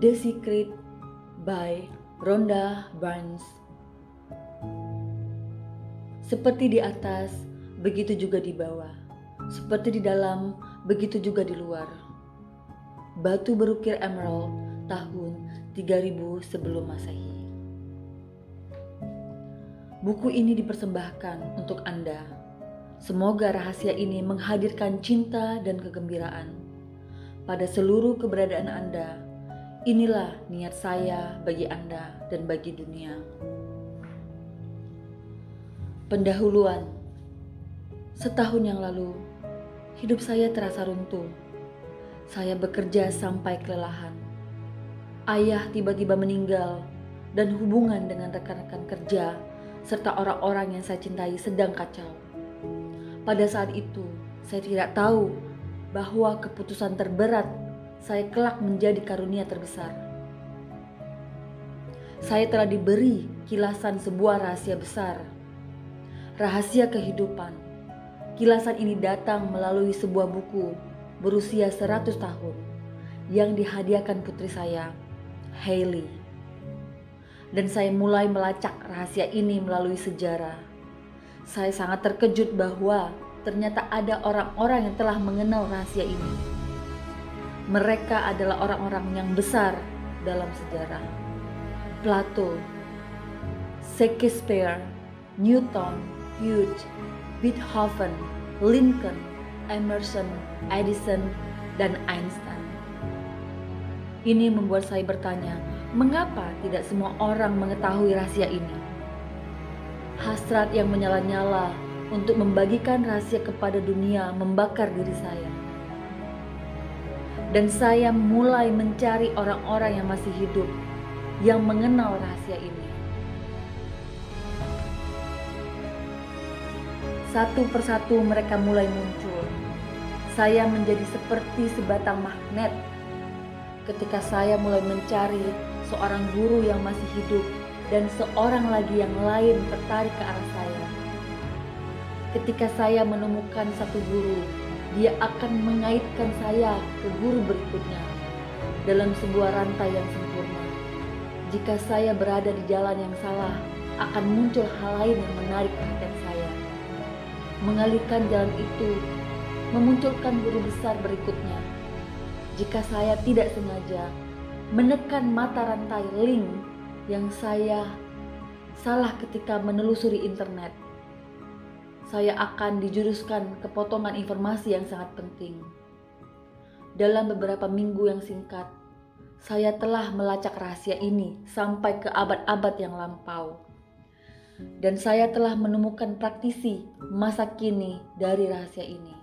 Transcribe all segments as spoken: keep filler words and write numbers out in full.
The Secret by Rhonda Byrne. Seperti di atas, begitu juga di bawah. Seperti di dalam, begitu juga di luar. Batu berukir emerald tahun tiga ribu sebelum Masehi. Buku ini dipersembahkan untuk Anda. Semoga rahasia ini menghadirkan cinta dan kegembiraan pada seluruh keberadaan Anda. Inilah niat saya bagi Anda dan bagi dunia. Pendahuluan. Setahun yang lalu, hidup saya terasa runtuh. Saya bekerja sampai kelelahan. Ayah tiba-tiba meninggal dan hubungan dengan rekan-rekan kerja serta orang-orang yang saya cintai sedang kacau. Pada saat itu, saya tidak tahu bahwa keputusan terberat saya kelak menjadi karunia terbesar. Saya telah diberi kilasan sebuah rahasia besar, rahasia kehidupan. Kilasan ini datang melalui sebuah buku berusia seratus tahun yang dihadiahkan putri saya, Hailey. Dan saya mulai melacak rahasia ini melalui sejarah. Saya sangat terkejut bahwa ternyata ada orang-orang yang telah mengenal rahasia ini. Mereka adalah orang-orang yang besar dalam sejarah. Plato, Shakespeare, Newton, Hughes, Beethoven, Lincoln, Emerson, Edison, dan Einstein. Ini membuat saya bertanya, mengapa tidak semua orang mengetahui rahasia ini? Hasrat yang menyala-nyala untuk membagikan rahasia kepada dunia membakar diri saya. Dan saya mulai mencari orang-orang yang masih hidup, yang mengenal rahasia ini. Satu persatu mereka mulai muncul. Saya menjadi seperti sebatang magnet ketika saya mulai mencari seorang guru yang masih hidup dan seorang lagi yang lain tertarik ke arah saya. Ketika saya menemukan satu guru, dia akan mengaitkan saya ke guru berikutnya dalam sebuah rantai yang sempurna. Jika saya berada di jalan yang salah, akan muncul hal lain yang menarik perhatian saya. Mengalihkan jalan itu, memunculkan guru besar berikutnya. Jika saya tidak sengaja menekan mata rantai link yang saya salah ketika menelusuri internet, saya akan dijuruskan ke potongan informasi yang sangat penting. Dalam beberapa minggu yang singkat, saya telah melacak rahasia ini sampai ke abad-abad yang lampau. Dan saya telah menemukan praktisi masa kini dari rahasia ini.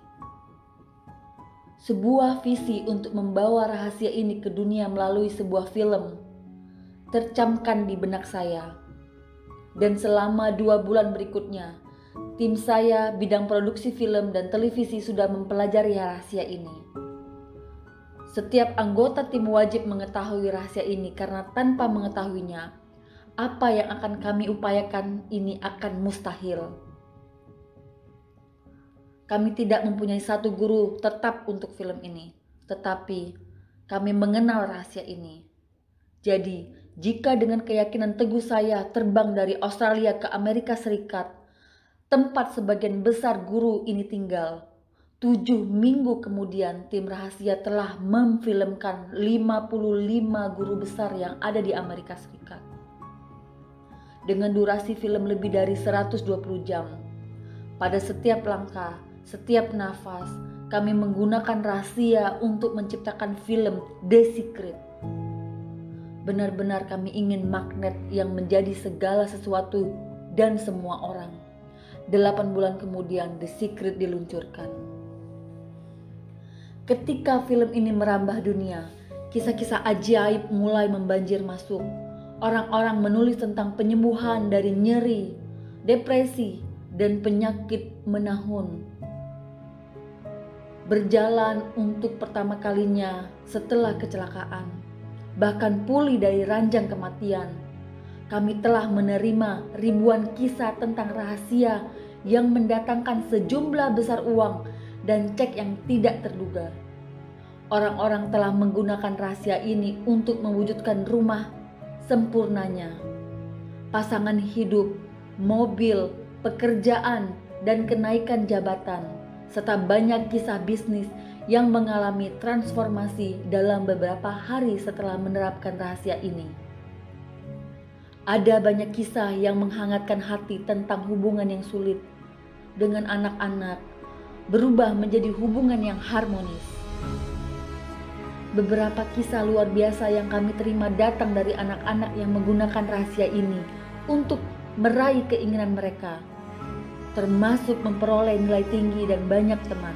Sebuah visi untuk membawa rahasia ini ke dunia melalui sebuah film tercamkan di benak saya. Dan selama dua bulan berikutnya, tim saya bidang produksi film dan televisi sudah mempelajari rahasia ini. Setiap anggota tim wajib mengetahui rahasia ini karena tanpa mengetahuinya, apa yang akan kami upayakan ini akan mustahil. Kami tidak mempunyai satu guru tetap untuk film ini, tetapi kami mengenal rahasia ini. Jadi, jika dengan keyakinan teguh saya terbang dari Australia ke Amerika Serikat, tempat sebagian besar guru ini tinggal, tujuh minggu kemudian tim rahasia telah memfilmkan lima puluh lima guru besar yang ada di Amerika Serikat. Dengan durasi film lebih dari seratus dua puluh jam, pada setiap langkah, setiap nafas, kami menggunakan rahasia untuk menciptakan film The Secret. Benar-benar kami ingin magnet yang menjadi segala sesuatu dan semua orang. Delapan bulan kemudian The Secret diluncurkan. Ketika film ini merambah dunia, kisah-kisah ajaib mulai membanjir masuk. Orang-orang menulis tentang penyembuhan dari nyeri, depresi, dan penyakit menahun. Berjalan untuk pertama kalinya setelah kecelakaan, bahkan pulih dari ranjang kematian. Kami telah menerima ribuan kisah tentang rahasia yang mendatangkan sejumlah besar uang dan cek yang tidak terduga. Orang-orang telah menggunakan rahasia ini untuk mewujudkan rumah sempurnanya, pasangan hidup, mobil, pekerjaan, dan kenaikan jabatan, serta banyak kisah bisnis yang mengalami transformasi dalam beberapa hari setelah menerapkan rahasia ini. Ada banyak kisah yang menghangatkan hati tentang hubungan yang sulit dengan anak-anak berubah menjadi hubungan yang harmonis. Beberapa kisah luar biasa yang kami terima datang dari anak-anak yang menggunakan rahasia ini untuk meraih keinginan mereka, termasuk memperoleh nilai tinggi dan banyak teman.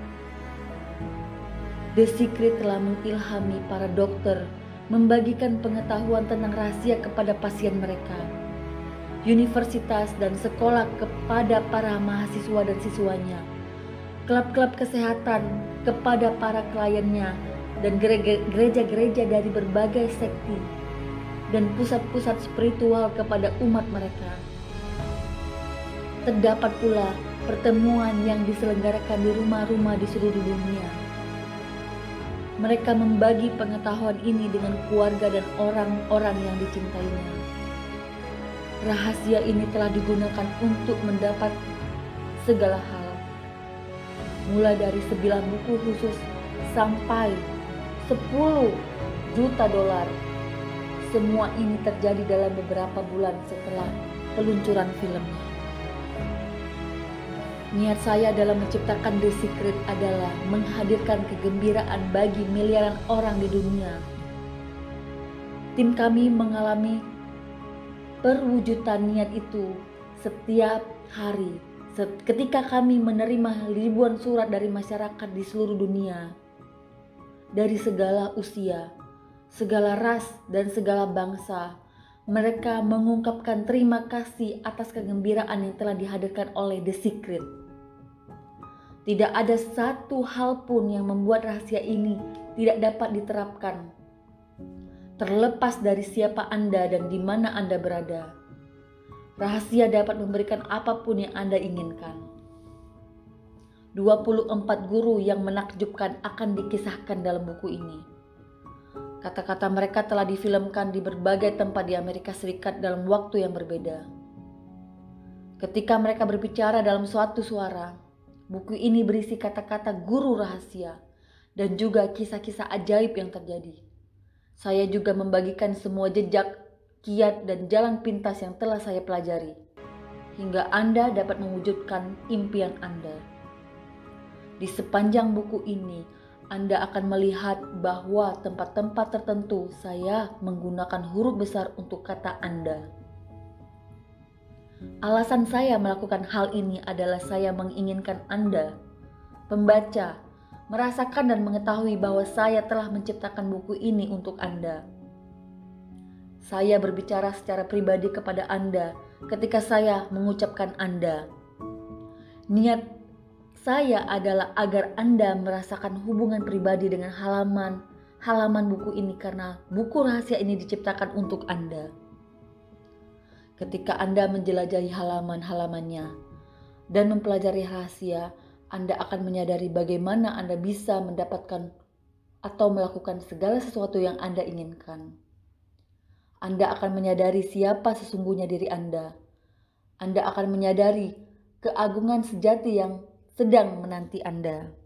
The Secret telah mengilhami para dokter membagikan pengetahuan tentang rahasia kepada pasien mereka, universitas dan sekolah kepada para mahasiswa dan siswanya, klub-klub kesehatan kepada para kliennya, dan gereja-gereja dari berbagai sekte dan pusat-pusat spiritual kepada umat mereka. Terdapat pula pertemuan yang diselenggarakan di rumah-rumah di seluruh dunia. Mereka membagi pengetahuan ini dengan keluarga dan orang-orang yang dicintainya. Rahasia ini telah digunakan untuk mendapat segala hal, mulai dari sembilan buku khusus sampai sepuluh juta dolar. Semua ini terjadi dalam beberapa bulan setelah peluncuran filmnya. Niat saya dalam menciptakan The Secret adalah menghadirkan kegembiraan bagi miliaran orang di dunia. Tim kami mengalami perwujudan niat itu setiap hari ketika kami menerima ribuan surat dari masyarakat di seluruh dunia, dari segala usia, segala ras, dan segala bangsa. Mereka mengungkapkan terima kasih atas kegembiraan yang telah dihadirkan oleh The Secret. Tidak ada satu hal pun yang membuat rahasia ini tidak dapat diterapkan, terlepas dari siapa Anda dan di mana Anda berada. Rahasia dapat memberikan apapun yang Anda inginkan. dua puluh empat guru yang menakjubkan akan dikisahkan dalam buku ini. Kata-kata mereka telah difilmkan di berbagai tempat di Amerika Serikat dalam waktu yang berbeda. Ketika mereka berbicara dalam suatu suara, buku ini berisi kata-kata guru rahasia dan juga kisah-kisah ajaib yang terjadi. Saya juga membagikan semua jejak, kiat, dan jalan pintas yang telah saya pelajari, hingga Anda dapat mewujudkan impian Anda. Di sepanjang buku ini, Anda akan melihat bahwa tempat-tempat tertentu saya menggunakan huruf besar untuk kata Anda. Alasan saya melakukan hal ini adalah saya menginginkan Anda, pembaca, merasakan dan mengetahui bahwa saya telah menciptakan buku ini untuk Anda. Saya berbicara secara pribadi kepada Anda ketika saya mengucapkan Anda. Niat saya adalah agar Anda merasakan hubungan pribadi dengan halaman-halaman buku ini, karena buku rahasia ini diciptakan untuk Anda. Ketika Anda menjelajahi halaman-halamannya dan mempelajari rahasia, Anda akan menyadari bagaimana Anda bisa mendapatkan atau melakukan segala sesuatu yang Anda inginkan. Anda akan menyadari siapa sesungguhnya diri Anda. Anda akan menyadari keagungan sejati yang sedang menanti Anda.